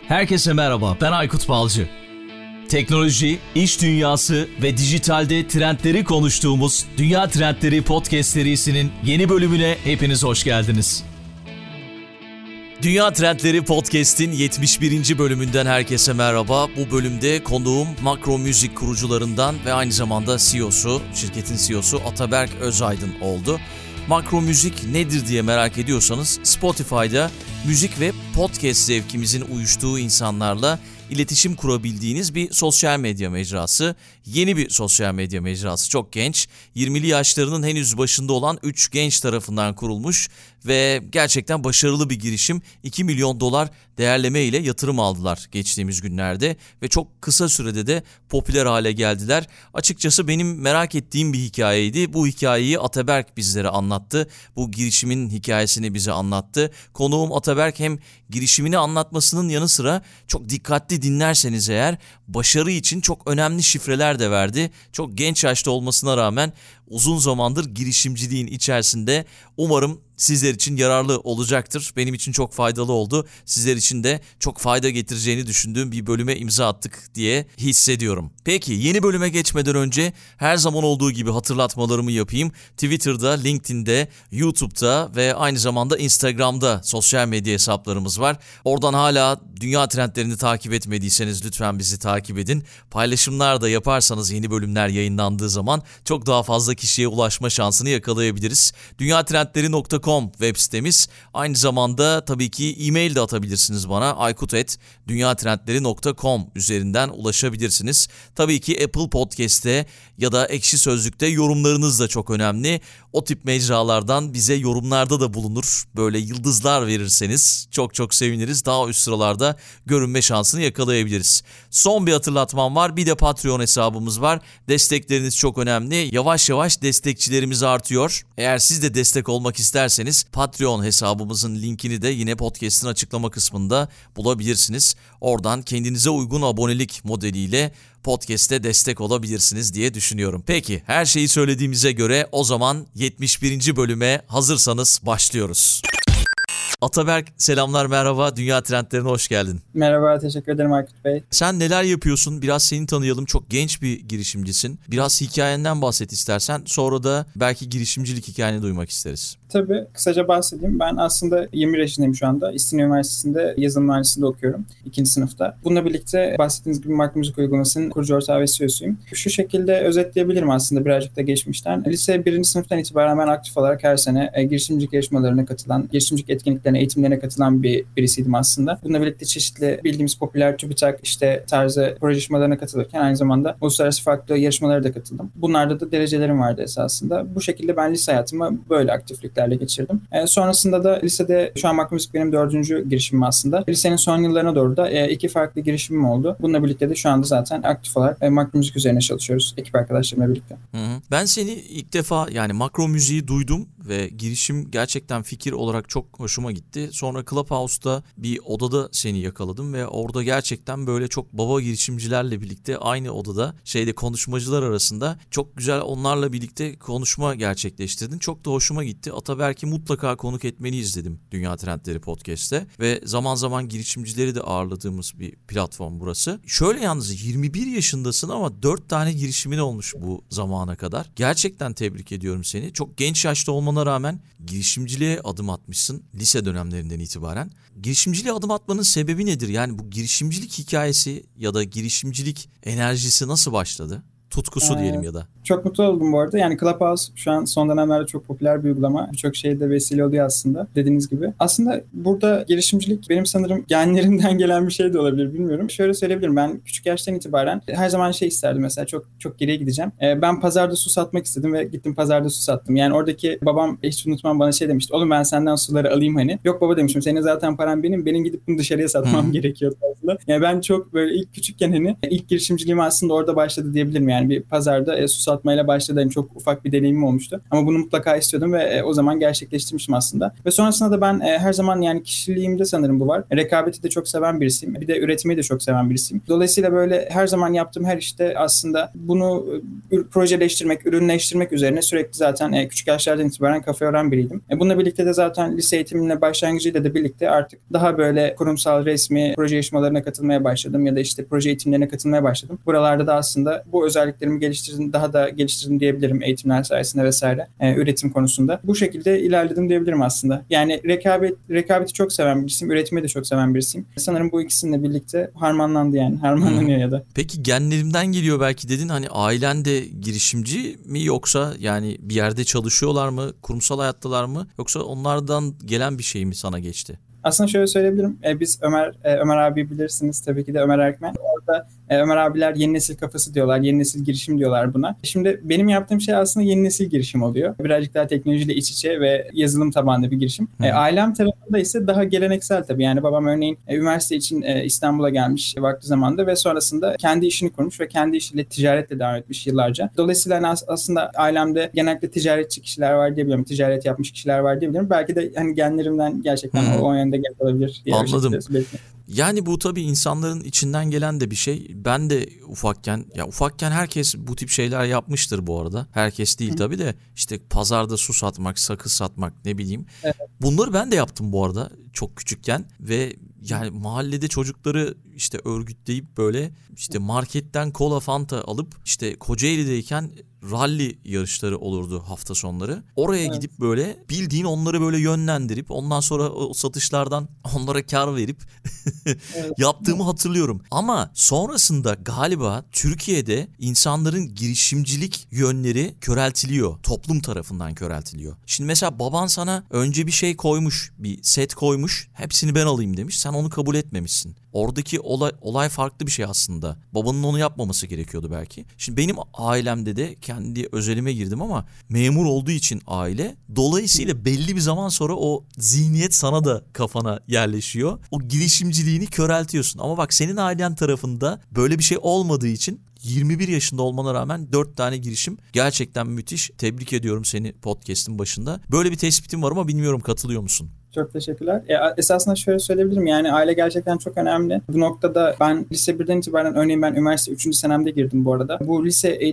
Herkese merhaba, ben Aykut Balcı. Teknoloji, iş dünyası ve dijitalde trendleri konuştuğumuz Dünya Trendleri Podcast serisinin yeni bölümüne hepiniz hoş geldiniz. Dünya Trendleri Podcast'in 71. bölümünden herkese merhaba. Bu bölümde konuğum Makro Müzik kurucularından ve aynı zamanda CEO'su, şirketin CEO'su Ataberk Özaydın oldu. Makro Müzik nedir diye merak ediyorsanız Spotify'da müzik ve podcast zevkimizin uyuştuğu insanlarla iletişim kurabildiğiniz bir sosyal medya mecrası. Yeni bir sosyal medya mecrası, çok genç. 20'li yaşlarının henüz başında olan 3 genç tarafından kurulmuş ve gerçekten başarılı bir girişim. 2 milyon dolar değerleme ile yatırım aldılar geçtiğimiz günlerde ve çok kısa sürede de popüler hale geldiler. Açıkçası benim merak ettiğim bir hikayeydi. Bu hikayeyi Ataberk bizlere anlattı. Bu girişimin hikayesini bize anlattı. Konuğum Ataberk hem girişimini anlatmasının yanı sıra çok dikkatli dinlerseniz eğer başarı için çok önemli şifreler de verdi. Çok genç yaşta olmasına rağmen uzun zamandır girişimciliğin içerisinde. Umarım sizler için yararlı olacaktır. Benim için çok faydalı oldu. Sizler için de çok fayda getireceğini düşündüğüm bir bölüme imza attık diye hissediyorum. Peki yeni bölüme geçmeden önce her zaman olduğu gibi hatırlatmalarımı yapayım. Twitter'da, LinkedIn'de, YouTube'da ve aynı zamanda Instagram'da sosyal medya hesaplarımız var. Oradan hala dünya trendlerini takip etmediyseniz lütfen bizi takip edin. Paylaşımlar da yaparsanız yeni bölümler yayınlandığı zaman çok daha fazla kişiye ulaşma şansını yakalayabiliriz. Dünyatrendleri.com web sitemiz. Aynı zamanda tabii ki e-mail de atabilirsiniz bana. aykut@dünyatrendleri.com üzerinden ulaşabilirsiniz. Tabii ki Apple Podcast'te ya da Ekşi Sözlük'te yorumlarınız da çok önemli. O tip mecralardan bize yorumlarda da bulunur. Böyle yıldızlar verirseniz çok çok seviniriz. Daha üst sıralarda görünme şansını yakalayabiliriz. Son bir hatırlatmam var. Bir de Patreon hesabımız var. Destekleriniz çok önemli. Yavaş yavaş destekçilerimiz artıyor. Eğer siz de destek olmak isterseniz Patreon hesabımızın linkini de yine podcast'ın açıklama kısmında bulabilirsiniz. Oradan kendinize uygun abonelik modeliyle podcast'e destek olabilirsiniz diye düşünüyorum. Peki her şeyi söylediğimize göre o zaman 71. bölüme hazırsanız başlıyoruz. Ataberk selamlar, merhaba. Dünya Trendlerine hoş geldin. Merhaba, teşekkür ederim Aykut Bey. Sen neler yapıyorsun? Biraz seni tanıyalım. Çok genç bir girişimcisin. Biraz hikayenden bahset istersen. Sonra da belki girişimcilik hikayeni duymak isteriz. Tabii, kısaca bahsedeyim. Ben aslında 21 yaşındayım şu anda. İstinye Üniversitesi'nde yazılım mühendisliğinde okuyorum. 2. sınıfta. Bununla birlikte bahsettiğiniz gibi Makro Müzik uygulamasının kurucu ortağı ve CEO'suyum. Şu şekilde özetleyebilirim aslında birazcık da geçmişten. Lise 1. sınıftan itibaren ben aktif olarak her sene girişimcilik yarışmalarına katılan, girişimcilik etkinliklerine, eğitimlerine katılan birisiydim aslında. Bununla birlikte çeşitli bildiğimiz popüler TÜBİTAK tarzı proje yarışmalarına katılırken aynı zamanda uluslararası farklı yarışmalara da katıldım. Bunlarda da derecelerim vardı esasında. Bu şekilde ben lise hayatımı böyle aktifliklerle geçirdim. Sonrasında da lisede şu an Makro Müzik benim 4. girişimim aslında. Lisenin son yıllarına doğru da 2 farklı girişimim oldu. Bununla birlikte de şu anda zaten aktif olarak Makro Müzik üzerine çalışıyoruz ekip arkadaşlarımla birlikte. Ben seni ilk defa yani Makro Müziği duydum ve girişim gerçekten fikir olarak çok hoşuma gitti. Sonra Clubhouse'da bir odada seni yakaladım ve orada gerçekten böyle çok baba girişimcilerle birlikte aynı odada konuşmacılar arasında çok güzel onlarla birlikte konuşma gerçekleştirdin. Çok da hoşuma gitti. Ataberk'i mutlaka konuk etmeliyiz dedim Dünya Trendleri Podcast'te ve zaman zaman girişimcileri de ağırladığımız bir platform burası. Şöyle yalnız 21 yaşındasın ama 4 tane girişimin olmuş bu zamana kadar. Gerçekten tebrik ediyorum seni. Çok genç yaşta olmana rağmen girişimciliğe adım atmışsın lise dönemlerinden itibaren. Girişimciliğe adım atmanın sebebi nedir? Yani bu girişimcilik hikayesi ya da girişimcilik enerjisi nasıl başladı? Tutkusu diyelim ya da. Çok mutlu oldum bu arada. Yani Clubhouse şu an son dönemlerde çok popüler bir uygulama. Birçok şeyde vesile oluyor aslında dediğiniz gibi. Aslında burada girişimcilik benim sanırım genlerimden gelen bir şey de olabilir bilmiyorum. Şöyle söyleyebilirim, ben küçük yaştan itibaren her zaman isterdim mesela, çok geriye gideceğim. Ben pazarda su satmak istedim ve gittim pazarda su sattım. Yani oradaki babam hiç unutmam bana demişti. Oğlum ben senden suları alayım hani. Yok baba demişim, senin zaten paran benim gidip bunu dışarıya satmam gerekiyordu aslında. Yani ben çok böyle ilk küçükken ilk girişimciliğim aslında orada başladı diyebilirim. Yani bir pazarda su satmayla başladı. Yani çok ufak bir deneyimim olmuştu. Ama bunu mutlaka istiyordum ve o zaman gerçekleştirmişim aslında. Ve sonrasında da ben her zaman yani kişiliğimde sanırım bu var. Rekabeti de çok seven birisiyim. Bir de üretmeyi de çok seven birisiyim. Dolayısıyla böyle her zaman yaptığım her işte aslında bunu projeleştirmek, ürünleştirmek üzerine sürekli zaten küçük yaşlardan itibaren kafa yoran biriydim. Bununla birlikte de zaten lise eğitimine başlangıcıyla da birlikte artık daha böyle kurumsal, resmi proje yarışmalarına kurslarına katılmaya başladım ya da işte proje eğitimlerine katılmaya başladım. Buralarda da aslında bu özelliklerimi geliştirdim, daha da geliştirdim diyebilirim eğitimler sayesinde vesaire, üretim konusunda. Bu şekilde ilerledim diyebilirim aslında. Yani rekabeti çok seven birisiyim, üretimi de çok seven birisiyim. Sanırım bu ikisininle birlikte harmanlandı yani. Harmanlanıyor ya da. Peki genlerimden geliyor belki dedin. Hani ailen de girişimci mi, yoksa yani bir yerde çalışıyorlar mı? Kurumsal hayattalar mı? Yoksa onlardan gelen bir şey mi sana geçti? Aslında şöyle söyleyebilirim. Biz Ömer abi bilirsiniz tabii ki de, Ömer Erkmen. Orada Ömer abiler yeni nesil kafası diyorlar. Yeni nesil girişim diyorlar buna. Şimdi benim yaptığım şey aslında yeni nesil girişim oluyor. Birazcık daha teknolojiyle iç içe ve yazılım tabanlı bir girişim. Ailem tarafında ise daha geleneksel tabii. Yani babam örneğin üniversite için İstanbul'a gelmiş vakti zamanda ve sonrasında kendi işini kurmuş ve kendi işiyle, ticaretle devam etmiş yıllarca. Dolayısıyla aslında ailemde genellikle ticaretçi kişiler var diyebilirim. Ticaret yapmış kişiler var diyebilirim. Belki de hani genlerimden gerçekten o yönde gel olabilir diye. Anladım. Yani bu tabii insanların içinden gelen de bir şey. Ben de ufakken herkes bu tip şeyler yapmıştır bu arada. Herkes değil tabii de, işte pazarda su satmak, sakız satmak, ne bileyim. Evet. Bunları ben de yaptım bu arada çok küçükken ve yani mahallede çocukları işte örgütleyip böyle işte marketten kola, fanta alıp işte Kocaeli'deyken rally yarışları olurdu hafta sonları. Oraya gidip böyle bildiğin onları böyle yönlendirip ondan sonra o satışlardan onlara kar verip yaptığımı hatırlıyorum. Ama sonrasında galiba Türkiye'de insanların girişimcilik yönleri köreltiliyor. Toplum tarafından köreltiliyor. Şimdi mesela baban sana önce bir şey koymuş, bir set koymuş. Hepsini ben alayım demiş. Sen onu kabul etmemişsin. Oradaki olay farklı bir şey aslında. Babanın onu yapmaması gerekiyordu belki. Şimdi benim ailemde de, kendi özelime girdim ama, memur olduğu için aile, dolayısıyla belli bir zaman sonra o zihniyet sana da kafana yerleşiyor. O girişimciliğini köreltiyorsun. Ama bak, senin ailen tarafında böyle bir şey olmadığı için 21 yaşında olmana rağmen 4 tane girişim, gerçekten müthiş. Tebrik ediyorum seni podcast'ın başında. Böyle bir tespitim var ama bilmiyorum, katılıyor musun? Çok teşekkürler. Esasında şöyle söyleyebilirim, yani aile gerçekten çok önemli. Bu noktada ben lise 1'den itibaren, örneğin ben üniversite 3. senemde girdim bu arada. Bu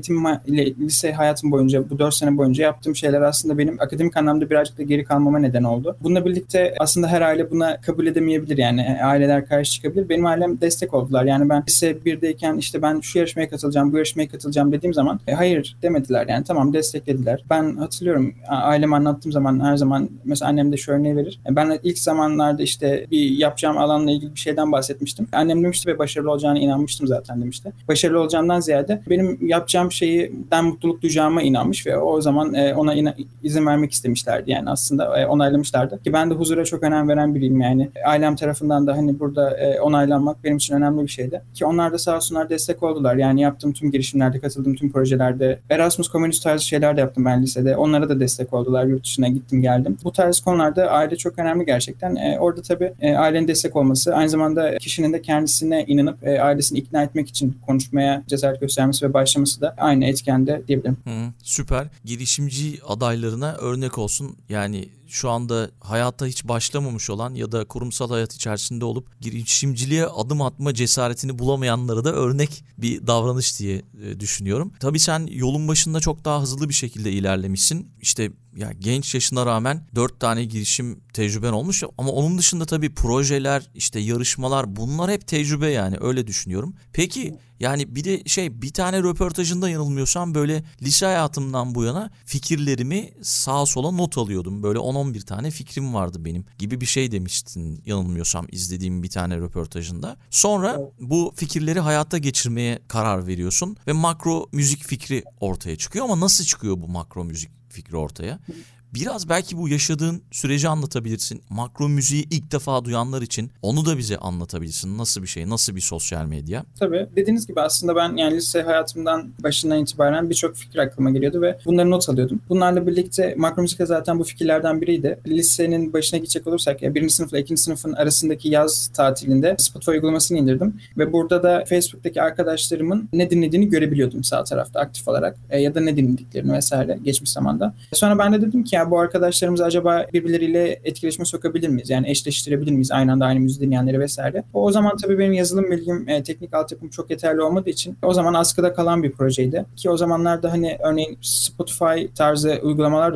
lise hayatım boyunca, bu 4 sene boyunca yaptığım şeyler aslında benim akademik anlamda birazcık da geri kalmama neden oldu. Bununla birlikte aslında her aile buna kabul edemeyebilir, yani aileler karşı çıkabilir. Benim ailem destek oldular. Yani ben lise 1'deyken işte ben şu yarışmaya katılacağım, bu yarışmaya katılacağım dediğim zaman hayır demediler, yani tamam, desteklediler. Ben hatırlıyorum, aileme anlattığım zaman her zaman, mesela annem de şu örneği verir. Ben ilk zamanlarda işte bir yapacağım alanla ilgili bir şeyden bahsetmiştim. Annem demişti ve başarılı olacağına inanmıştım zaten demişti. Başarılı olacağımdan ziyade benim yapacağım şeyden mutluluk duyacağıma inanmış ve o zaman ona izin vermek istemişlerdi. Yani aslında onaylamışlardı. Ki ben de huzura çok önem veren biriyim yani. Ailem tarafından da hani burada onaylanmak benim için önemli bir şeydi. Ki onlar da sağ olsunlar destek oldular. Yani yaptığım tüm girişimlerde, katıldığım tüm projelerde, Erasmus Community tarzı şeyler de yaptım ben lisede. Onlara da destek oldular. Yurt dışına gittim geldim. Bu tarz konularda aile çok önemli gerçekten. Orada tabii ailenin destek olması, aynı zamanda kişinin de kendisine inanıp ailesini ikna etmek için konuşmaya cesaret göstermesi ve başlaması da aynı etkende diyebilirim. Süper. Girişimci adaylarına örnek olsun. Yani şu anda hayata hiç başlamamış olan ya da kurumsal hayat içerisinde olup girişimciliğe adım atma cesaretini bulamayanlara da örnek bir davranış diye düşünüyorum. Tabii sen yolun başında çok daha hızlı bir şekilde ilerlemişsin. İşte ya genç yaşına rağmen 4 tane girişim tecrüben olmuş ama onun dışında tabii projeler, işte yarışmalar, bunlar hep tecrübe, yani öyle düşünüyorum. Peki yani bir de bir tane röportajında yanılmıyorsam böyle lise hayatımdan bu yana fikirlerimi sağa sola not alıyordum. Böyle 10-11 tane fikrim vardı benim gibi bir şey demiştin yanılmıyorsam izlediğim bir tane röportajında. Sonra bu fikirleri hayata geçirmeye karar veriyorsun ve makro müzik fikri ortaya çıkıyor ama nasıl çıkıyor bu makro müzik fikri ortaya? Biraz belki bu yaşadığın süreci anlatabilirsin. Makro müziği ilk defa duyanlar için onu da bize anlatabilirsin. Nasıl bir şey, nasıl bir sosyal medya? Tabii dediğiniz gibi aslında ben yani lise hayatımdan başından itibaren birçok fikir aklıma geliyordu ve bunları not alıyordum. Bunlarla birlikte makro müzik de zaten bu fikirlerden biriydi. Lisenin başına gidecek olursak, 1. sınıfla 2. sınıfın arasındaki yaz tatilinde Spotify uygulamasını indirdim ve burada da Facebook'taki arkadaşlarımın ne dinlediğini görebiliyordum sağ tarafta aktif olarak ya da ne dinlediklerini vesaire geçmiş zamanda. Sonra ben de dedim ki ya bu arkadaşlarımızı acaba birbirleriyle etkileşime sokabilir miyiz? Yani eşleştirebilir miyiz aynı anda aynı müzik dinleyenleri vesaire. O zaman tabii benim yazılım bilgim, teknik altyapım çok yeterli olmadığı için o zaman askıda kalan bir projeydi. Ki o zamanlarda hani örneğin Spotify tarzı uygulamalar da çok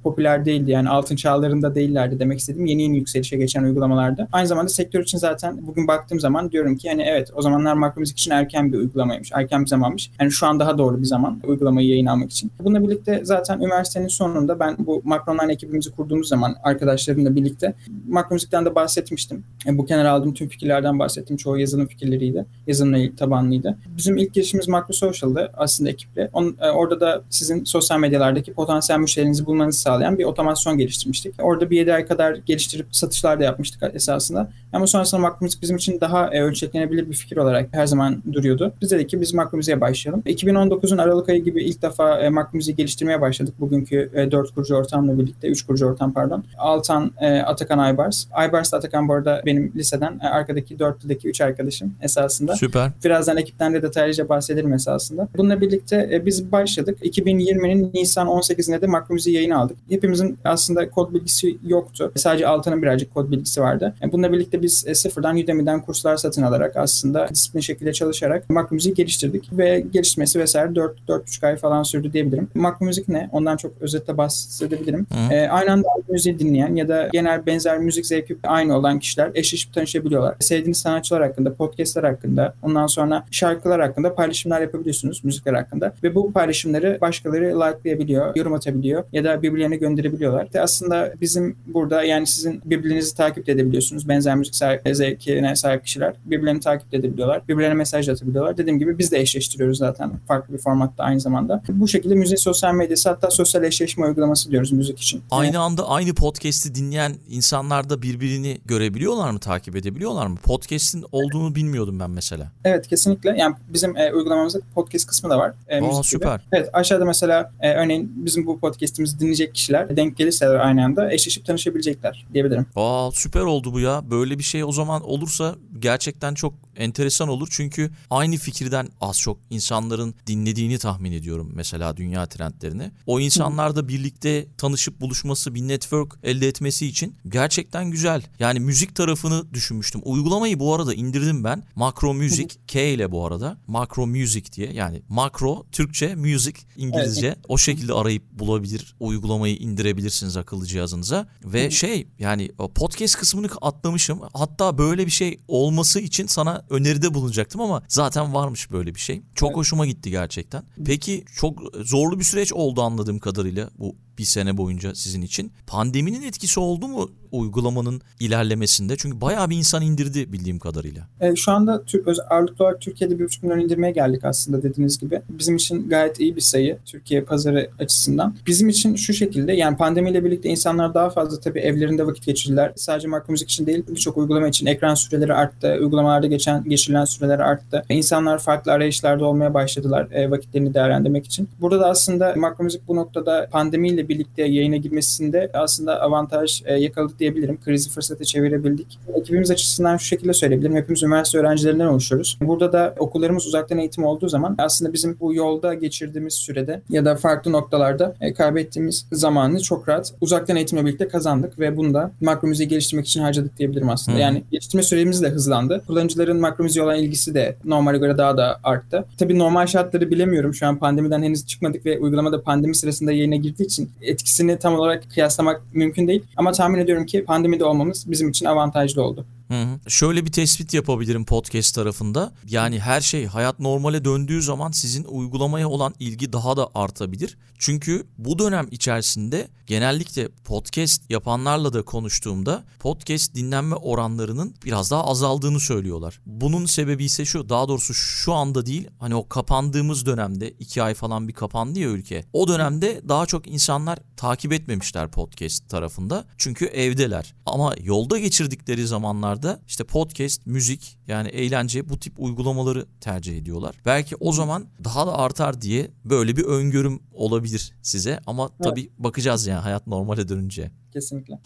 popüler değildi. Yani altın çağlarında değillerdi demek istediğim, yeni yeni yükselişe geçen uygulamalardı. Aynı zamanda sektör için zaten bugün baktığım zaman diyorum ki hani evet, o zamanlar makro müzik için erken bir uygulamaymış, erken bir zamanmış. Yani şu an daha doğru bir zaman uygulamayı yayın almak için. Bununla birlikte zaten üniversitenin sonunda ben bu Makro Online ekibimizi kurduğumuz zaman arkadaşlarımla birlikte makro müzikten de bahsetmiştim. Bu kenara aldığım tüm fikirlerden bahsettim. Çoğu yazılım fikirleriydi. Yazılımla tabanlıydı. Bizim ilk girişimimiz Makro Social'dı aslında ekiple. Orada da sizin sosyal medyalardaki potansiyel müşterinizi bulmanızı sağlayan bir otomasyon geliştirmiştik. Orada bir 7 ay kadar geliştirip satışlar da yapmıştık esasında. Ama sonrasında makro müzik bizim için daha ölçeklenebilir bir fikir olarak her zaman duruyordu. Biz dedik ki biz makro müziğe başlayalım. 2019'un Aralık ayı gibi ilk defa makro müziği geliştirmeye başladık. Bugünkü 4 kurucu ortamla birlikte, 3 kurucu ortam pardon. Altan, Atakan, Aybars. Aybars da Atakan bu arada benim liseden arkadaki 4'lüdeki 3 arkadaşım esasında. Süper. Birazdan ekipten de detaylıca bahsederim esasında. Bununla birlikte biz başladık. 2020'nin Nisan 18'inde de makro müziği yayını aldık. Hepimizin aslında kod bilgisi yoktu. Sadece Altan'ın birazcık kod bilgisi vardı. Bununla birlikte biz sıfırdan Udemy'den kurslar satın alarak aslında disiplin şekilde çalışarak makro müziği geliştirdik ve geliştirmesi vesaire 4-4,5 ay falan sürdü diyebilirim. Makro müzik ne? Ondan çok özetle bahsedebilirim. Aynı anda müziği dinleyen ya da genel benzer müzik zevki aynı olan kişiler eşleşip tanışabiliyorlar. Sevdiğiniz sanatçılar hakkında, podcastlar hakkında, ondan sonra şarkılar hakkında paylaşımlar yapabiliyorsunuz, müzikler hakkında ve bu paylaşımları başkaları likelayabiliyor, yorum atabiliyor ya da birbirlerine gönderebiliyorlar. İşte aslında bizim burada yani sizin birbirinizi takip edebiliyorsunuz. Benzer müzik zevkine sahip kişiler birbirlerini takip edebiliyorlar. Birbirlerine mesaj atabiliyorlar. Dediğim gibi biz de eşleştiriyoruz zaten farklı bir formatta aynı zamanda. Bu şekilde müzik sosyal medyası, hatta sosyal eşleşme uygulaması diyoruz müzik için. Aynı anda aynı podcast'i dinleyen insanlar da birbirini görebiliyorlar mı, takip edebiliyorlar mı? Podcast'in olduğunu bilmiyordum ben mesela. Evet, kesinlikle. Yani bizim uygulamamızda podcast kısmı da var. Süper. Gibi. Evet, aşağıda mesela örneğin bizim bu podcast'imizi dinleyecek kişiler denk gelirse aynı anda eşleşip tanışabilecekler diyebilirim. Süper oldu bu ya. Böyle bir şey o zaman olursa gerçekten çok enteresan olur. Çünkü aynı fikirden az çok insanların dinlediğini tahmin ediyorum mesela dünya trendlerini. O insanlar da birlikte tanışıp buluşması, bir network elde etmesi için gerçekten güzel. Yani müzik tarafını düşünmüştüm. Uygulamayı bu arada indirdim ben. Makro Music, K ile bu arada. Makro Music diye, yani makro Türkçe, music İngilizce. Evet. O şekilde arayıp bulabilir, uygulamayı indirebilirsiniz akıllı cihazınıza. Ve yani podcast kısmını atlamışım. Hatta böyle bir şey olması için sana öneride bulunacaktım ama zaten varmış böyle bir şey. Çok hoşuma gitti gerçekten. Peki çok zorlu bir süreç oldu anladığım kadarıyla bu bir sene boyunca sizin için. Pandeminin etkisi oldu mu uygulamanın ilerlemesinde? Çünkü bayağı bir insan indirdi bildiğim kadarıyla. Şu anda ağırlıklı olarak Türkiye'de 1,5 milyon indirmeye geldik aslında dediğiniz gibi. Bizim için gayet iyi bir sayı Türkiye pazarı açısından. Bizim için şu şekilde, yani pandemiyle birlikte insanlar daha fazla tabii evlerinde vakit geçirdiler. Sadece makro müzik için değil, birçok uygulama için ekran süreleri arttı. Uygulamalarda geçirilen süreler arttı. İnsanlar farklı arayışlarda olmaya başladılar vakitlerini değerlendirmek için. Burada da aslında makro müzik bu noktada pandemiyle birlikte yayına girmesinde aslında avantaj yakaladık diyebilirim. Krizi fırsata çevirebildik. Ekibimiz açısından şu şekilde söyleyebilirim. Hepimiz üniversite öğrencilerinden oluşuyoruz. Burada da okullarımız uzaktan eğitim olduğu zaman aslında bizim bu yolda geçirdiğimiz sürede ya da farklı noktalarda kaybettiğimiz zamanı çok rahat uzaktan eğitimle birlikte kazandık ve bunu da makro müziği geliştirmek için harcadık diyebilirim aslında. Yani geliştirme süremiz de hızlandı. Kullanıcıların makro müziğe olan ilgisi de normale göre daha da arttı. Tabii normal şartları bilemiyorum. Şu an pandemiden henüz çıkmadık ve uygulamada pandemi sırasında yayına girdiği için etkisini tam olarak kıyaslamak mümkün değil. Ama tahmin ediyorum ki pandemide olmamız bizim için avantajlı oldu. Şöyle bir tespit yapabilirim podcast tarafında. Yani her şey hayat normale döndüğü zaman sizin uygulamaya olan ilgi daha da artabilir. Çünkü bu dönem içerisinde genellikle podcast yapanlarla da konuştuğumda podcast dinlenme oranlarının biraz daha azaldığını söylüyorlar. Bunun sebebi ise şu, daha doğrusu şu anda değil, hani o kapandığımız dönemde 2 ay falan bir kapandı ya ülke. O dönemde daha çok insanlar takip etmemişler podcast tarafında. Çünkü evdeler. Ama yolda geçirdikleri zamanlarda işte podcast, müzik, yani eğlence, bu tip uygulamaları tercih ediyorlar. Belki o zaman daha da artar diye böyle bir öngörüm olabilir size. Ama tabii bakacağız yani hayat normale dönünce. Kesinlikle.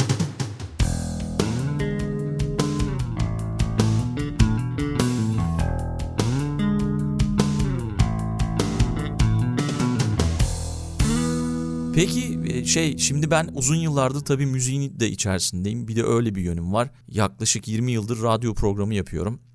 Peki şimdi ben uzun yıllardır tabii müziğin de içerisindeyim. Bir de öyle bir yönüm var. Yaklaşık 20 yıldır radyo programı yapıyorum.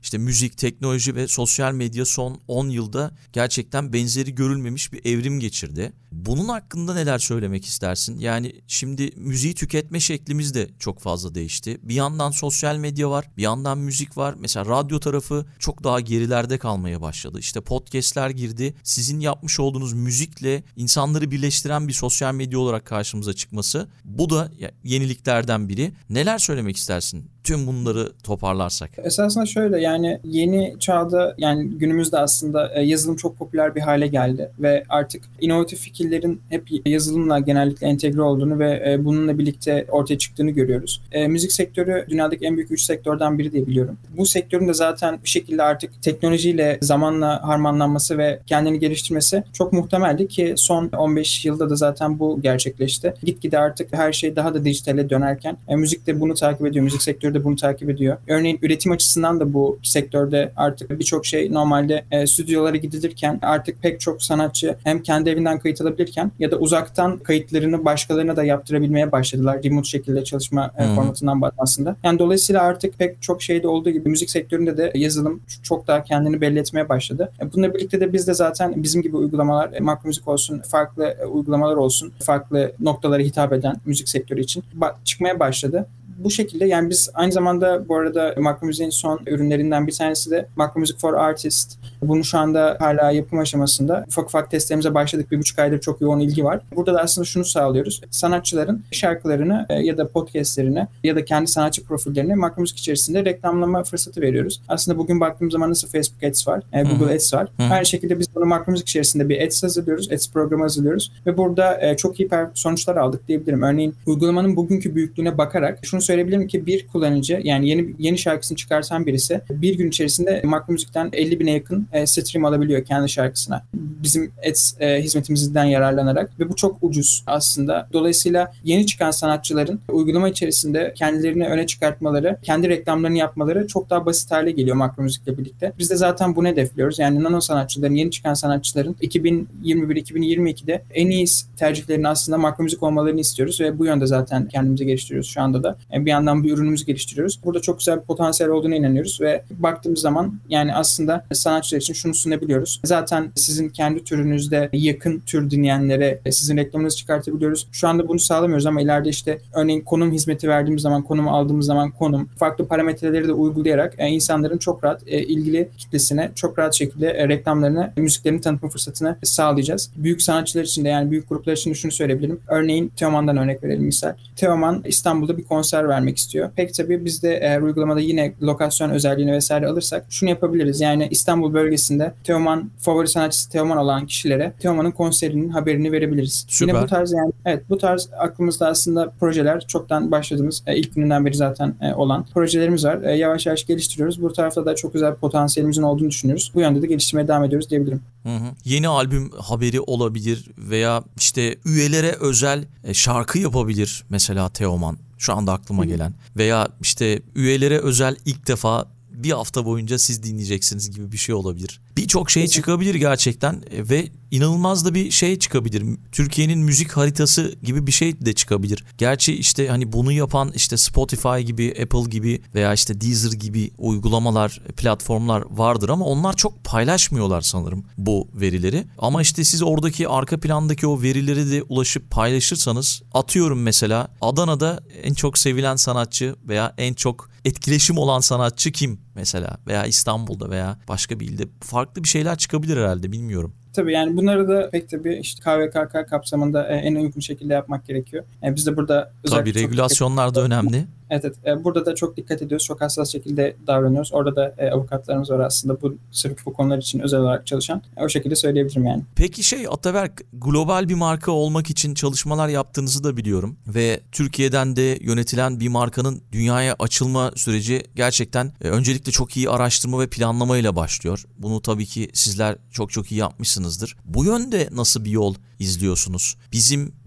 işte müzik, teknoloji ve sosyal medya son 10 yılda gerçekten benzeri görülmemiş bir evrim geçirdi. Bunun hakkında neler söylemek istersin? Yani şimdi müziği tüketme şeklimiz de çok fazla değişti. Bir yandan sosyal medya var, bir yandan müzik var. Mesela radyo tarafı çok daha gerilerde kalmaya başladı. İşte podcastler girdi. Sizin yapmış olduğunuz müzikle insanları birleştiren bir sosyal medya olarak karşımıza çıkması, bu da yeniliklerden biri. Neler söylemek istersin tüm bunları toparlarsak? Esasında şöyle, yani yeni çağda, yani günümüzde aslında yazılım çok popüler bir hale geldi ve artık inovatif fikirlerin hep yazılımla genellikle entegre olduğunu ve bununla birlikte ortaya çıktığını görüyoruz. Müzik sektörü dünyadaki en büyük 3 sektörden biri diye biliyorum. Bu sektörün de zaten bir şekilde artık teknolojiyle zamanla harmanlanması ve kendini geliştirmesi çok muhtemeldi ki son 15 yılda da zaten bu gerçekleşti. Gitgide artık her şey daha da dijitale dönerken müzik de bunu takip ediyor, müzik sektörü de bunu takip ediyor. Örneğin üretim açısından da bu sektörde artık birçok şey normalde stüdyolara gidilirken artık pek çok sanatçı hem kendi evinden kayıt alabilirken ya da uzaktan kayıtlarını başkalarına da yaptırabilmeye başladılar. Remote şekilde çalışma formatından aslında. Yani dolayısıyla artık pek çok şeyde olduğu gibi müzik sektöründe de yazılım çok daha kendini belli etmeye başladı. Bununla birlikte de biz de zaten bizim gibi uygulamalar, makro müzik olsun, farklı uygulamalar olsun, farklı noktalara hitap eden müzik sektörü için çıkmaya başladı. Bu şekilde, yani biz aynı zamanda bu arada makro müziğin son ürünlerinden bir tanesi de Makro Music for Artists. Bunu şu anda hala yapım aşamasında. Ufak ufak testlerimize başladık. 1,5 aydır çok yoğun ilgi var. Burada da aslında şunu sağlıyoruz. Sanatçıların şarkılarını ya da podcastlerini ya da kendi sanatçı profillerini Makro Müzik içerisinde reklamlama fırsatı veriyoruz. Aslında bugün baktığımız zaman nasıl Facebook Ads var, Google Ads var. Aynı şekilde biz bunu Makro Müzik içerisinde bir Ads hazırlıyoruz. Ads programı hazırlıyoruz. Ve burada çok iyi sonuçlar aldık diyebilirim. Örneğin uygulamanın bugünkü büyüklüğüne bakarak şunu söyleyebilirim ki bir kullanıcı, yani yeni şarkısını çıkartan birisi bir gün içerisinde Makro Müzik'ten 50.000'e yakın stream alabiliyor kendi şarkısına. Bizim Ads hizmetimizden yararlanarak ve bu çok ucuz aslında. Dolayısıyla yeni çıkan sanatçıların uygulama içerisinde kendilerini öne çıkartmaları, kendi reklamlarını yapmaları çok daha basit hale geliyor Makro Müzik'le birlikte. Biz de zaten bunu hedefliyoruz. Yani nano sanatçıların, yeni çıkan sanatçıların 2021-2022'de en iyi tercihlerini aslında Makro Müzik olmalarını istiyoruz ve bu yönde zaten kendimizi geliştiriyoruz şu anda da. Bir yandan bir ürünümüzü geliştiriyoruz. Burada çok güzel bir potansiyel olduğuna inanıyoruz ve baktığımız zaman yani aslında sanatçılar için şunu sunabiliyoruz. Zaten sizin kendi türünüzde yakın tür dinleyenlere sizin reklamınızı çıkartabiliyoruz. Şu anda bunu sağlamıyoruz ama ileride işte örneğin konum hizmeti verdiğimiz zaman, konumu aldığımız zaman farklı parametreleri de uygulayarak insanların çok rahat ilgili kitlesine çok rahat şekilde reklamlarını, müziklerini tanıtma fırsatını sağlayacağız. Büyük sanatçılar için de, yani büyük gruplar için de şunu söyleyebilirim. Örneğin Teoman'dan örnek verelim misal. Teoman İstanbul'da bir konser vermek istiyor. Peki tabii biz de eğer uygulamada yine lokasyon özelliğini vesaire alırsak şunu yapabiliriz. Yani İstanbul bölgesinde Teoman, favori sanatçısı Teoman olan kişilere Teoman'ın konserinin haberini verebiliriz. Süper. Yine bu tarz, yani evet, bu tarz aklımızda aslında projeler, çoktan başladığımız ilk gününden beri zaten olan projelerimiz var. Yavaş yavaş geliştiriyoruz. Bu tarafta da çok güzel bir potansiyelimizin olduğunu düşünüyoruz. Bu yönde de geliştirmeye devam ediyoruz diyebilirim. Yeni albüm haberi olabilir veya işte üyelere özel şarkı yapabilir mesela Teoman. Şu anda aklıma gelen. Veya işte üyelere özel ilk defa bir hafta boyunca siz dinleyeceksiniz gibi bir şey olabilir. Birçok şey çıkabilir gerçekten ve inanılmaz da bir şey çıkabilir. Türkiye'nin müzik haritası gibi bir şey de çıkabilir. Gerçi işte hani bunu yapan işte Spotify gibi, Apple gibi veya işte Deezer gibi uygulamalar, platformlar vardır ama onlar çok paylaşmıyorlar sanırım bu verileri. Ama işte siz oradaki arka plandaki o verileri de ulaşıp paylaşırsanız, atıyorum mesela Adana'da en çok sevilen sanatçı veya en çok etkileşim olan sanatçı kim mesela, veya İstanbul'da veya başka bir ilde farklı bir şeyler çıkabilir herhalde, bilmiyorum. Tabii yani bunları da pek tabii işte KVKK kapsamında en uygun şekilde yapmak gerekiyor. Biz de burada tabii regülasyonlar da önemli. Evet, burada da çok dikkat ediyoruz. Çok hassas şekilde davranıyoruz. Orada da avukatlarımız var aslında sırf bu konular için özel olarak çalışan. O şekilde söyleyebilirim yani. Peki Ataberk, global bir marka olmak için çalışmalar yaptığınızı da biliyorum. Ve Türkiye'den de yönetilen bir markanın dünyaya açılma süreci gerçekten öncelikle çok iyi araştırma ve planlamayla başlıyor. Bunu tabii ki sizler çok çok iyi yapmışsınızdır. Bu yönde nasıl bir yol izliyorsunuz? Bizim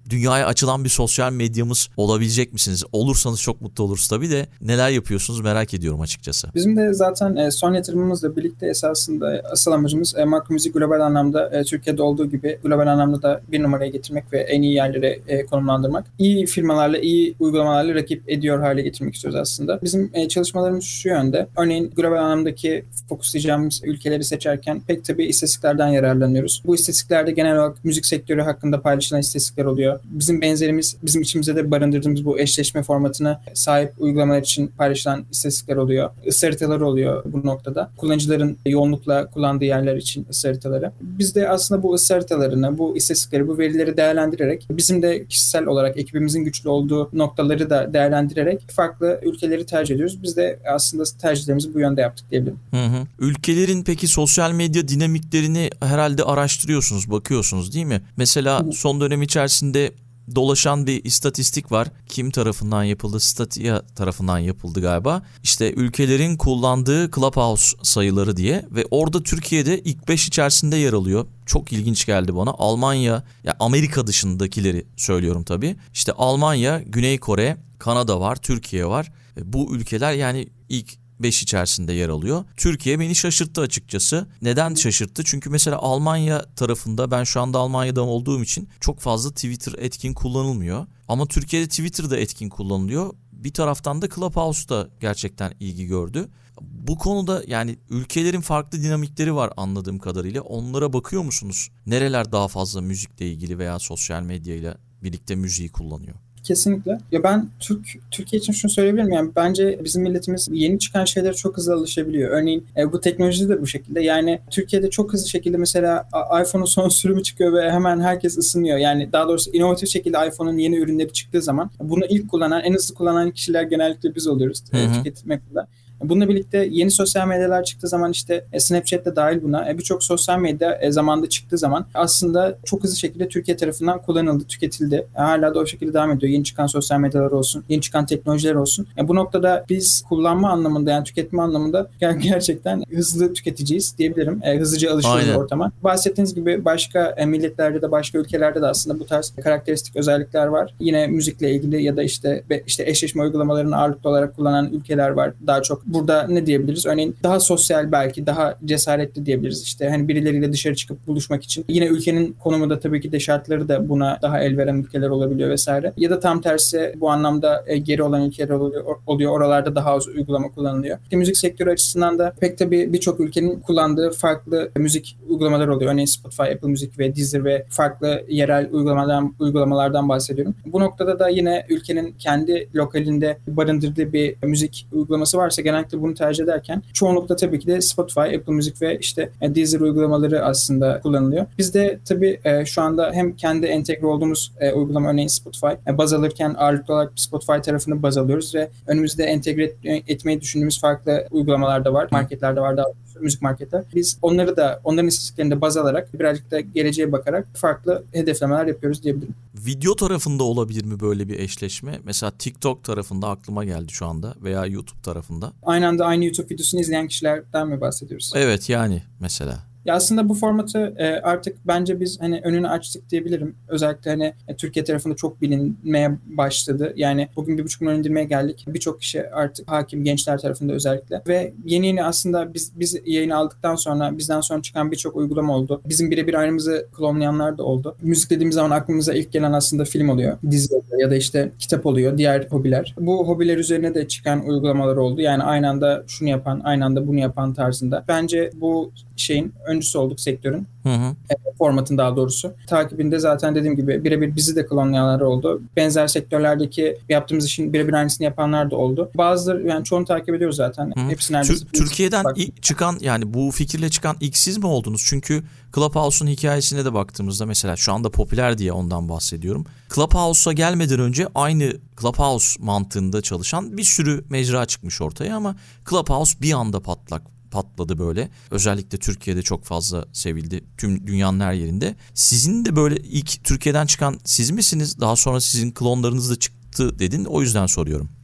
dünyaya açılan bir sosyal medyamız olabilecek misiniz? Olursanız çok mutlu oluruz tabii de neler yapıyorsunuz merak ediyorum açıkçası. Bizim de zaten son yatırımımızla birlikte esasında asıl amacımız Makro Müzik global anlamda Türkiye'de olduğu gibi global anlamda da bir numaraya getirmek ve en iyi yerlere konumlandırmak. İyi firmalarla, iyi uygulamalarla rakip ediyor hale getirmek istiyoruz aslında. Bizim çalışmalarımız şu yönde. Örneğin global anlamdaki fokuslayacağımız ülkeleri seçerken pek tabii istatistiklerden yararlanıyoruz. Bu istatistiklerde genel olarak müzik sektörü hakkında paylaşılan istatistikler oluyor. Bizim benzerimiz, bizim içimizde de barındırdığımız bu eşleşme formatına sahip uygulamalar için paylaşılan istatistikler oluyor. Isı haritaları oluyor bu noktada. Kullanıcıların yoğunlukla kullandığı yerler için ısı haritaları. Biz de aslında bu ısı haritalarını, bu istatistikleri, bu verileri değerlendirerek bizim de kişisel olarak ekibimizin güçlü olduğu noktaları da değerlendirerek farklı ülkeleri tercih ediyoruz. Biz de aslında tercihlerimizi bu yönde yaptık diyebilirim. Ülkelerin peki sosyal medya dinamiklerini herhalde araştırıyorsunuz, bakıyorsunuz değil mi? Mesela son dönem içerisinde dolaşan bir istatistik var. Kim tarafından yapıldı? Statia tarafından yapıldı galiba. İşte ülkelerin kullandığı Clubhouse sayıları diye ve orada Türkiye'de ilk 5 içerisinde yer alıyor. Çok ilginç geldi bana. Almanya, ya Amerika dışındakileri söylüyorum tabii. İşte Almanya, Güney Kore, Kanada var, Türkiye var. Bu ülkeler yani ilk 5 içerisinde yer alıyor. Türkiye beni şaşırttı açıkçası. Neden şaşırttı? Çünkü mesela Almanya tarafında, ben şu anda Almanya'da olduğum için çok fazla Twitter etkin kullanılmıyor. Ama Türkiye'de Twitter'da etkin kullanılıyor. Bir taraftan da Clubhouse da gerçekten ilgi gördü. Bu konuda yani ülkelerin farklı dinamikleri var anladığım kadarıyla. Onlara bakıyor musunuz? Nereler daha fazla müzikle ilgili veya sosyal medyayla birlikte müziği kullanıyor? Kesinlikle. Ya ben Türkiye için şunu söyleyebilirim. Yani bence bizim milletimiz yeni çıkan şeylere çok hızlı alışabiliyor. Örneğin bu teknoloji de bu şekilde. Yani Türkiye'de çok hızlı şekilde mesela iPhone'un son sürümü çıkıyor ve hemen herkes ısınıyor. Yani daha doğrusu inovatif şekilde iPhone'un yeni ürünleri çıktığı zaman bunu ilk kullanan, en hızlı kullanan kişiler genellikle biz oluyoruz tüketmekle. Bununla birlikte yeni sosyal medyalar çıktığı zaman işte Snapchat de dahil buna birçok sosyal medya zamanda çıktığı zaman aslında çok hızlı şekilde Türkiye tarafından kullanıldı, tüketildi. Hala da o şekilde devam ediyor. Yeni çıkan sosyal medyalar olsun, yeni çıkan teknolojiler olsun. Bu noktada biz kullanma anlamında yani tüketme anlamında gerçekten hızlı tüketiciyiz diyebilirim. Hızlıca alışıyoruz ortama. Bahsettiğiniz gibi başka milletlerde de başka ülkelerde de aslında bu tarz karakteristik özellikler var. Yine müzikle ilgili ya da işte eşleşme uygulamalarını ağırlıklı olarak kullanan ülkeler var. Daha çok burada ne diyebiliriz? Örneğin daha sosyal, belki daha cesaretli diyebiliriz. İşte hani birileriyle dışarı çıkıp buluşmak için. Yine ülkenin konumu da tabii ki de şartları da buna daha el veren ülkeler olabiliyor vesaire. Ya da tam tersi bu anlamda geri olan ülkeler oluyor. Oralarda daha az uygulama kullanılıyor. Müzik sektörü açısından da pek tabii birçok ülkenin kullandığı farklı müzik uygulamaları oluyor. Örneğin Spotify, Apple Music ve Deezer ve farklı yerel uygulamalardan bahsediyorum. Bu noktada da yine ülkenin kendi lokalinde barındırdığı bir müzik uygulaması varsa genellikle bunu tercih ederken çoğunlukla tabii ki de Spotify, Apple Music ve işte Deezer uygulamaları aslında kullanılıyor. Biz de tabii şu anda hem kendi entegre olduğumuz uygulama örneğin Spotify baz alırken ağırlıklı olarak Spotify tarafını baz alıyoruz ve önümüzde entegre etmeyi düşündüğümüz farklı uygulamalar da var. Marketlerde var, daha müzik marketler. Biz onların istatistiklerini de baz alarak birazcık da geleceğe bakarak farklı hedeflemeler yapıyoruz diyebilirim. Video tarafında olabilir mi böyle bir eşleşme? Mesela TikTok tarafında aklıma geldi şu anda veya YouTube tarafında. Aynı anda aynı YouTube videosunu izleyen kişilerden mi bahsediyoruz? Evet yani mesela. Ya aslında bu formatı artık bence biz hani önünü açtık diyebilirim. Özellikle hani Türkiye tarafında çok bilinmeye başladı. Yani bugün 1,5 milyon indirmeye geldik. Birçok kişi artık hakim, gençler tarafında özellikle. Ve yeni aslında biz yayını aldıktan sonra bizden sonra çıkan birçok uygulama oldu. Bizim birebir aynımızı klonlayanlar da oldu. Müzik dediğimiz zaman aklımıza ilk gelen aslında film oluyor. Dizi oluyor ya da işte kitap oluyor. Diğer hobiler. Bu hobiler üzerine de çıkan uygulamalar oldu. Yani aynı anda şunu yapan, aynı anda bunu yapan tarzında. Bence bu şeyin öncüsü olduk sektörün. Formatın daha doğrusu. Takibinde zaten dediğim gibi birebir bizi de klonlayanlar oldu. Benzer sektörlerdeki yaptığımız işin birebir aynısını yapanlar da oldu. Bazıları yani çoğunu takip ediyoruz zaten. Hepsi neredeyse. Türkiye'den çıkan yani bu fikirle çıkan ilk siz mi oldunuz? Çünkü Clubhouse'un hikayesine de baktığımızda mesela şu anda popüler diye ondan bahsediyorum. Clubhouse'a gelmeden önce aynı Clubhouse mantığında çalışan bir sürü mecra çıkmış ortaya ama Clubhouse bir anda patladı böyle. Özellikle Türkiye'de çok fazla sevildi. Tüm dünyanın her yerinde. Sizin de böyle ilk Türkiye'den çıkan siz misiniz? Daha sonra sizin klonlarınız da çıktı dedin. O yüzden soruyorum.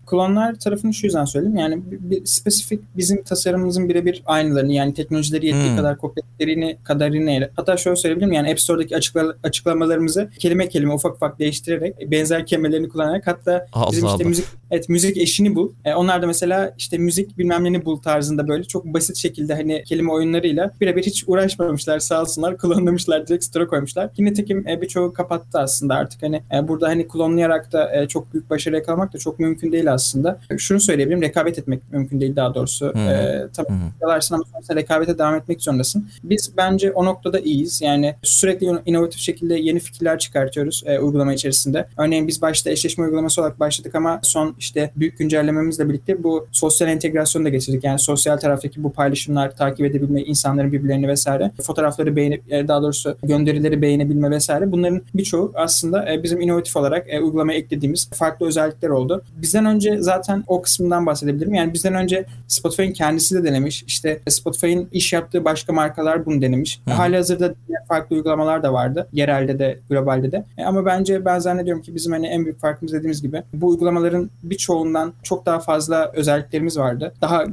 Klonlar tarafını şu yüzden söyleyeyim. Yani bir spesifik bizim tasarımımızın birebir aynılarını, yani teknolojileri yettiği kadar kadarını hatta şöyle söyleyebilirim, yani App Store'daki açıklamalarımızı kelime kelime ufak ufak değiştirerek, benzer kelimelerini kullanarak, hatta bizim Allah işte Allah. müzik eşini bul. Onlar da mesela işte müzik bilmem neni bul tarzında böyle çok basit şekilde hani kelime oyunlarıyla birebir hiç uğraşmamışlar, sağ olsunlar, klonlamışlar, direkt store'a koymuşlar. Yine tekim birçoğu kapattı aslında artık, hani burada hani klonlayarak da çok büyük başarı yakalamak da çok mümkün değil aslında. Şunu söyleyebilirim, rekabet etmek mümkün değil daha doğrusu. Tabii yalarsın ama sonrasında rekabete devam etmek zorundasın. Biz bence o noktada iyiyiz. Yani sürekli inovatif şekilde yeni fikirler çıkartıyoruz uygulama içerisinde. Örneğin biz başta eşleşme uygulaması olarak başladık ama son işte büyük güncellememizle birlikte bu sosyal entegrasyonu da getirdik. Yani sosyal taraftaki bu paylaşımlar, takip edebilme, insanların birbirlerini vesaire, fotoğrafları beğenip, daha doğrusu gönderileri beğenebilme vesaire. Bunların birçoğu aslında bizim inovatif olarak uygulamaya eklediğimiz farklı özellikler oldu. Bizden önce zaten o kısmından bahsedebilirim. Yani bizden önce Spotify'ın kendisi de denemiş. İşte Spotify'ın iş yaptığı başka markalar bunu denemiş. Halihazırda farklı uygulamalar da vardı. Yerelde de, globalde de. Ama bence ben zannediyorum ki bizim hani en büyük farkımız, dediğimiz gibi, bu uygulamaların birçoğundan çok daha fazla özelliklerimiz vardı. Daha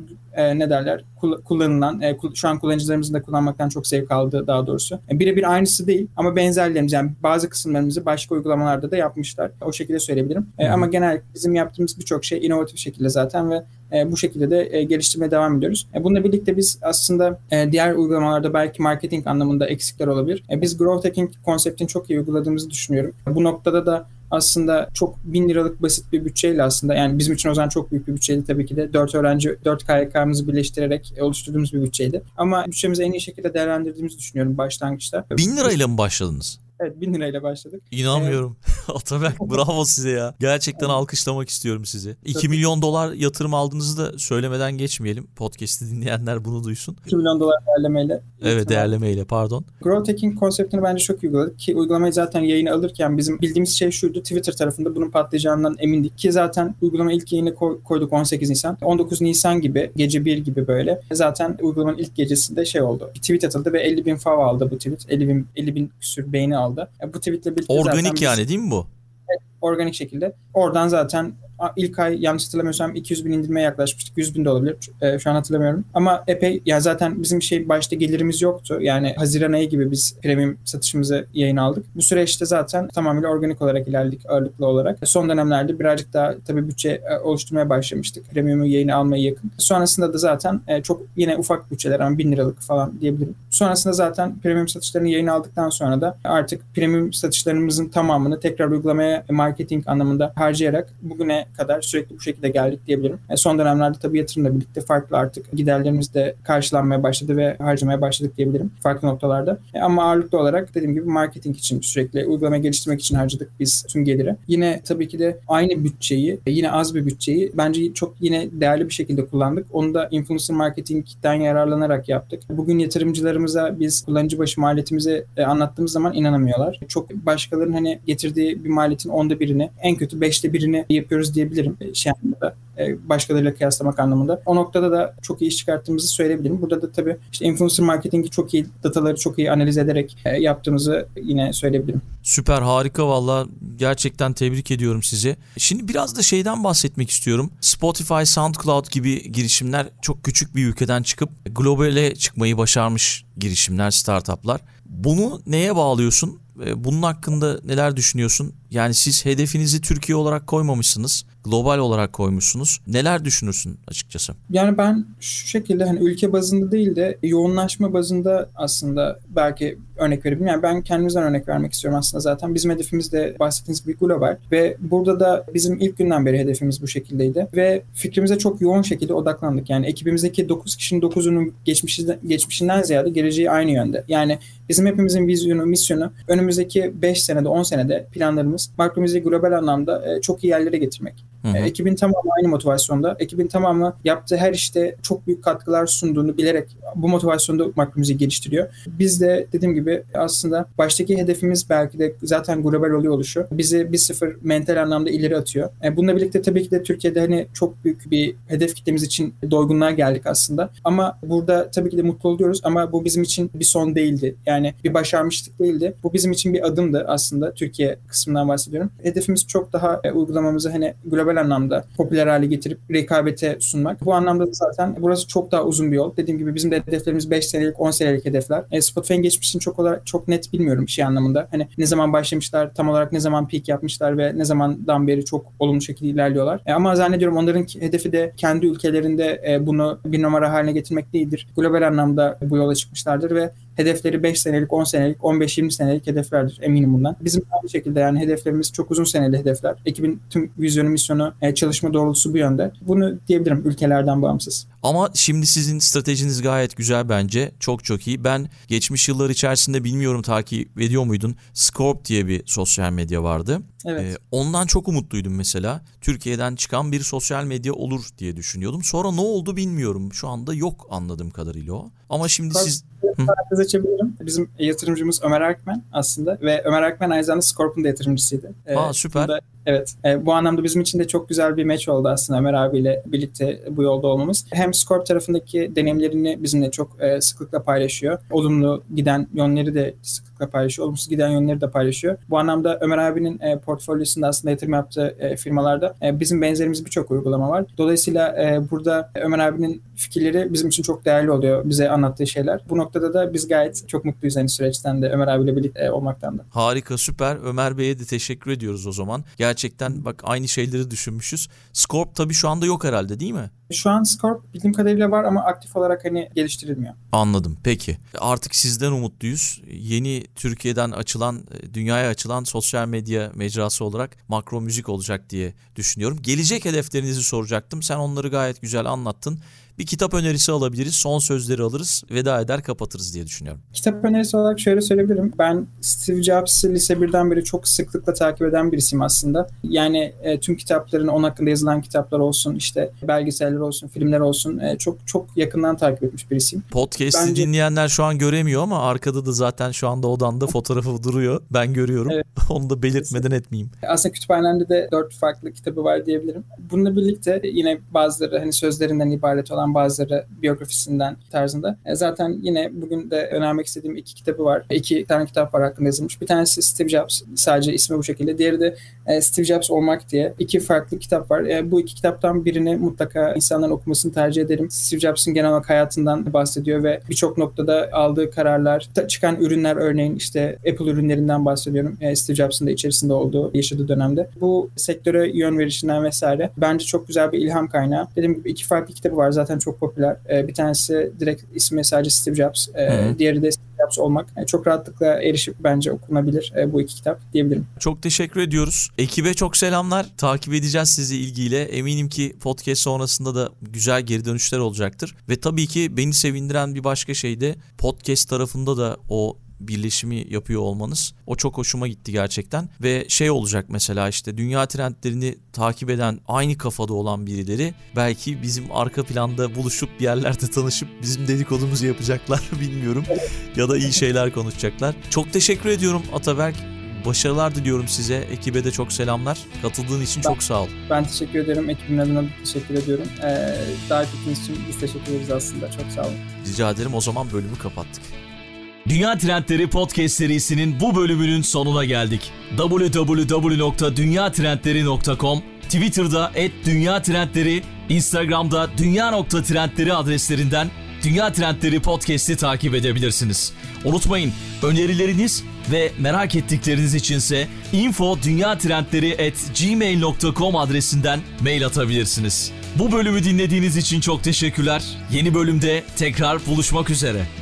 kullanılan, şu an kullanıcılarımızın da kullanmaktan çok zevk aldığı daha doğrusu. Birebir aynısı değil ama benzerlerimiz, yani bazı kısımlarımızı başka uygulamalarda da yapmışlar. O şekilde söyleyebilirim. Ama genel bizim yaptığımız birçok şey inovatif şekilde zaten ve bu şekilde de geliştirmeye devam ediyoruz. Bununla birlikte biz aslında diğer uygulamalarda belki marketing anlamında eksikler olabilir. Biz growth hacking konseptini çok iyi uyguladığımızı düşünüyorum. Bu noktada da aslında çok 1.000 liralık basit bir bütçeyle, aslında yani bizim için o zaman çok büyük bir bütçeydi tabii ki de. 4 öğrenci, 4 KYK'mızı birleştirerek oluşturduğumuz bir bütçeydi. Ama bütçemizi en iyi şekilde değerlendirdiğimizi düşünüyorum başlangıçta. 1.000 lirayla mı başladınız? Evet, 1.000 lirayla başladık. İnanmıyorum. Ataberk, bravo size ya. Gerçekten alkışlamak istiyorum sizi. 2 milyon dolar yatırım aldığınızı da söylemeden geçmeyelim. Podcast'i dinleyenler bunu duysun. 2 milyon dolar değerlemeyle. Evet, değerlemeyle, pardon. Growth hacking konseptini bence çok iyi uyguladık ki uygulamayı zaten yayına alırken bizim bildiğimiz şey şuydu: Twitter tarafında bunun patlayacağından emindik ki zaten uygulama ilk yayını koyduk 18 Nisan. 19 Nisan gibi, gece 1 gibi böyle. Zaten uygulamanın ilk gecesinde şey oldu. Bir tweet atıldı ve 50.000 fav aldı bu tweet. 50.000 küsür beğeni aldı. Bu tweetle birlikte organik yani değil mi bu? Organik şekilde. Oradan zaten ilk ay yanlış hatırlamıyorsam 200.000 indirmeye yaklaşmıştık. 100.000 de olabilir. Şu an hatırlamıyorum. Ama epey, ya zaten bizim başta gelirimiz yoktu. Yani Haziran ayı gibi biz premium satışımızı yayına aldık. Bu süreçte zaten tamamıyla organik olarak ilerledik, ağırlıklı olarak. Son dönemlerde birazcık daha tabii bütçe oluşturmaya başlamıştık. Premium'u yayına almaya yakın. Sonrasında da zaten çok yine ufak bütçeler, ama 1.000 liralık falan diyebilirim. Sonrasında zaten premium satışlarını yayına aldıktan sonra da artık premium satışlarımızın tamamını tekrar uygulamaya, marketing anlamında harcayarak bugüne kadar sürekli bu şekilde geldik diyebilirim. Son dönemlerde tabii yatırımla birlikte farklı artık giderlerimiz de karşılanmaya başladı ve harcamaya başladık diyebilirim farklı noktalarda. Ama ağırlıklı olarak dediğim gibi marketing için, sürekli uygulamayı geliştirmek için harcadık biz tüm geliri. Yine tabii ki de aynı bütçeyi, yine az bir bütçeyi bence çok yine değerli bir şekilde kullandık. Onu da influencer marketingden yararlanarak yaptık. Bugün yatırımcılarımıza biz kullanıcı başı maliyetimizi anlattığımız zaman inanamıyorlar. Çok başkalarının hani getirdiği bir maliyetin 1/10'ını, en kötü 1/5'ini yapıyoruz diyebilirim anlamda. Başkalarıyla kıyaslamak anlamında. O noktada da çok iyi iş çıkarttığımızı söyleyebilirim. Burada da tabii işte influencer marketingi çok iyi, dataları çok iyi analiz ederek yaptığımızı yine söyleyebilirim. Süper, harika valla. Gerçekten tebrik ediyorum sizi. Şimdi biraz da şeyden bahsetmek istiyorum. Spotify, SoundCloud gibi girişimler çok küçük bir ülkeden çıkıp globale çıkmayı başarmış girişimler, startuplar. Bunu neye bağlıyorsun? Bunun hakkında neler düşünüyorsun? Yani siz hedefinizi Türkiye olarak koymamışsınız, global olarak koymuşsunuz. Neler düşünürsün açıkçası? Yani ben şu şekilde, hani ülke bazında değil de yoğunlaşma bazında aslında belki örnek verebilirim. Yani ben kendimizden örnek vermek istiyorum aslında zaten. Bizim hedefimiz de bahsettiğiniz gibi global ve burada da bizim ilk günden beri hedefimiz bu şekildeydi ve fikrimize çok yoğun şekilde odaklandık. Yani ekibimizdeki 9 kişinin 9'unun geçmişinden ziyade geleceği aynı yönde. Yani bizim hepimizin vizyonu, misyonu önümüzdeki 5 senede, 10 senede planlarımız Makromüziği global anlamda çok iyi yerlere getirmek. Ekibin tamamı aynı motivasyonda. Ekibin tamamı yaptığı her işte çok büyük katkılar sunduğunu bilerek bu motivasyonda Makromüziği geliştiriyor. Biz de dediğim gibi aslında baştaki hedefimiz belki de zaten global oluyor oluşu. Bizi 1-0 mental anlamda ileri atıyor. Bununla birlikte tabii ki de Türkiye'de hani çok büyük bir hedef kitlemiz için doygunluğa geldik aslında. Ama burada tabii ki de mutlu oluyoruz ama bu bizim için bir son değildi. Yani bir başarmışlık değildi. Bu bizim için bir adımdı aslında. Türkiye kısmından bahsediyorum. Hedefimiz çok daha uygulamamızı hani global global anlamda popüler hale getirip rekabete sunmak. Bu anlamda da zaten burası çok daha uzun bir yol. Dediğim gibi bizim de hedeflerimiz 5 senelik, 10 senelik hedefler. Spotify'ın geçmişini çok net bilmiyorum şey anlamında. Hani ne zaman başlamışlar, tam olarak ne zaman peak yapmışlar ve ne zamandan beri çok olumlu şekilde ilerliyorlar. Ama zannediyorum onların hedefi de kendi ülkelerinde bunu bir numara haline getirmek değildir. Global anlamda bu yola çıkmışlardır ve hedefleri 5 senelik, 10 senelik, 15-20 senelik hedeflerdir. Eminim bundan. Bizim aynı şekilde yani hedeflerimiz çok uzun seneli hedefler. Ekibin tüm vizyonu, misyonu, çalışma doğrultusu bu yönde. Bunu diyebilirim ülkelerden bağımsız. Ama şimdi sizin stratejiniz gayet güzel bence. Çok çok iyi. Ben geçmiş yıllar içerisinde bilmiyorum takip ediyor muydun? Scorp diye bir sosyal medya vardı. Evet. Ondan çok umutluydum mesela. Türkiye'den çıkan bir sosyal medya olur diye düşünüyordum. Sonra ne oldu bilmiyorum. Şu anda yok anladığım kadarıyla o. Ama şimdi siz... Parantez açabilirim. Bizim yatırımcımız Ömer Erkmen aslında ve Ömer Erkmen aynı zamanda Scorp'un da yatırımcısıydı. Süper. Evet. Bu anlamda bizim için de çok güzel bir match oldu aslında Ömer abiyle birlikte bu yolda olmamız. Hem Scorp tarafındaki deneyimlerini bizimle çok sıklıkla paylaşıyor. Olumlu giden yönleri de sıklıkla paylaşıyor. Olumsuz giden yönleri de paylaşıyor. Bu anlamda Ömer abinin portfolyosunda aslında yatırım yaptığı firmalarda bizim benzerimiz birçok uygulama var. Dolayısıyla burada Ömer abinin fikirleri bizim için çok değerli oluyor. Bize anlattığı şeyler. Bu noktada da biz gayet çok mutluyuz yani süreçten de Ömer abiyle birlikte olmaktan da. Harika, süper. Ömer Bey'e de teşekkür ediyoruz o zaman. Gerçekten bak aynı şeyleri düşünmüşüz. Scorp tabii şu anda yok herhalde değil mi? Şu an Scorp bildiğim kadarıyla var ama aktif olarak hani geliştirilmiyor. Anladım. Peki. Artık sizden umutluyuz. Yeni Türkiye'den açılan, dünyaya açılan sosyal medya mecrası olarak Makro Müzik olacak diye düşünüyorum. Gelecek hedeflerinizi soracaktım. Sen onları gayet güzel anlattın. Bir kitap önerisi alabiliriz, son sözleri alırız, veda eder kapatırız diye düşünüyorum. Kitap önerisi olarak şöyle söyleyebilirim. Ben Steve Jobs'ı lise 1'den beri çok sıklıkla takip eden birisiyim aslında. Yani tüm kitapların, onun hakkında yazılan kitaplar olsun, işte belgeseller olsun, filmler olsun çok yakından takip etmiş birisiyim. Podcast'i dinleyenler şu an göremiyor ama arkada da zaten şu anda odanda fotoğrafı duruyor. Ben görüyorum. Evet. Onu da belirtmeden etmeyeyim. Aslında kütüphanemde de 4 farklı kitabı var diyebilirim. Bununla birlikte yine bazıları hani sözlerinden ibaret olan bazıları biyografisinden tarzında. Zaten yine bugün de önermek istediğim 2 kitabı var. 2 tane kitap var hakkında yazılmış. Bir tanesi Steve Jobs. Sadece ismi bu şekilde. Diğeri de Steve Jobs Olmak diye 2 farklı kitap var. Bu 2 kitaptan birini mutlaka insanların okumasını tercih ederim. Steve Jobs'ın genel olarak hayatından bahsediyor ve birçok noktada aldığı kararlar, çıkan ürünler örneğin işte Apple ürünlerinden bahsediyorum. Steve Jobs'ın da içerisinde olduğu, yaşadığı dönemde. Bu sektöre yön verişinden vesaire. Bence çok güzel bir ilham kaynağı. Dediğim gibi 2 farklı kitabı var. Zaten çok popüler. Bir tanesi direkt ismi sadece Steve Jobs. Diğeri de Steve Jobs Olmak. Çok rahatlıkla erişip bence okunabilir bu 2 kitap diyebilirim. Çok teşekkür ediyoruz. Ekibe çok selamlar. Takip edeceğiz sizi ilgiyle. Eminim ki podcast sonrasında da güzel geri dönüşler olacaktır. Ve tabii ki beni sevindiren bir başka şey de podcast tarafında da o birleşimi yapıyor olmanız. O çok hoşuma gitti gerçekten. Ve şey olacak mesela işte dünya trendlerini takip eden, aynı kafada olan birileri belki bizim arka planda buluşup bir yerlerde tanışıp bizim dedikodumuzu yapacaklar bilmiyorum. Ya da iyi şeyler konuşacaklar. Çok teşekkür ediyorum Ataberk. Başarılar diliyorum size. Ekibe de çok selamlar. Katıldığın için çok sağ ol. Ben teşekkür ederim. Ekibin adına teşekkür ediyorum. Davet ettiğiniz için biz teşekkür ederiz aslında. Çok sağ olun. Rica ederim. O zaman bölümü kapattık. Dünya Trendleri Podcast serisinin bu bölümünün sonuna geldik. www.dünyatrendleri.com, Twitter'da @dünyatrendleri, Instagram'da dünya.trendleri adreslerinden Dünya Trendleri Podcast'i takip edebilirsiniz. Unutmayın, önerileriniz ve merak ettikleriniz içinse info@dünyatrendleri@gmail.com adresinden mail atabilirsiniz. Bu bölümü dinlediğiniz için çok teşekkürler. Yeni bölümde tekrar buluşmak üzere.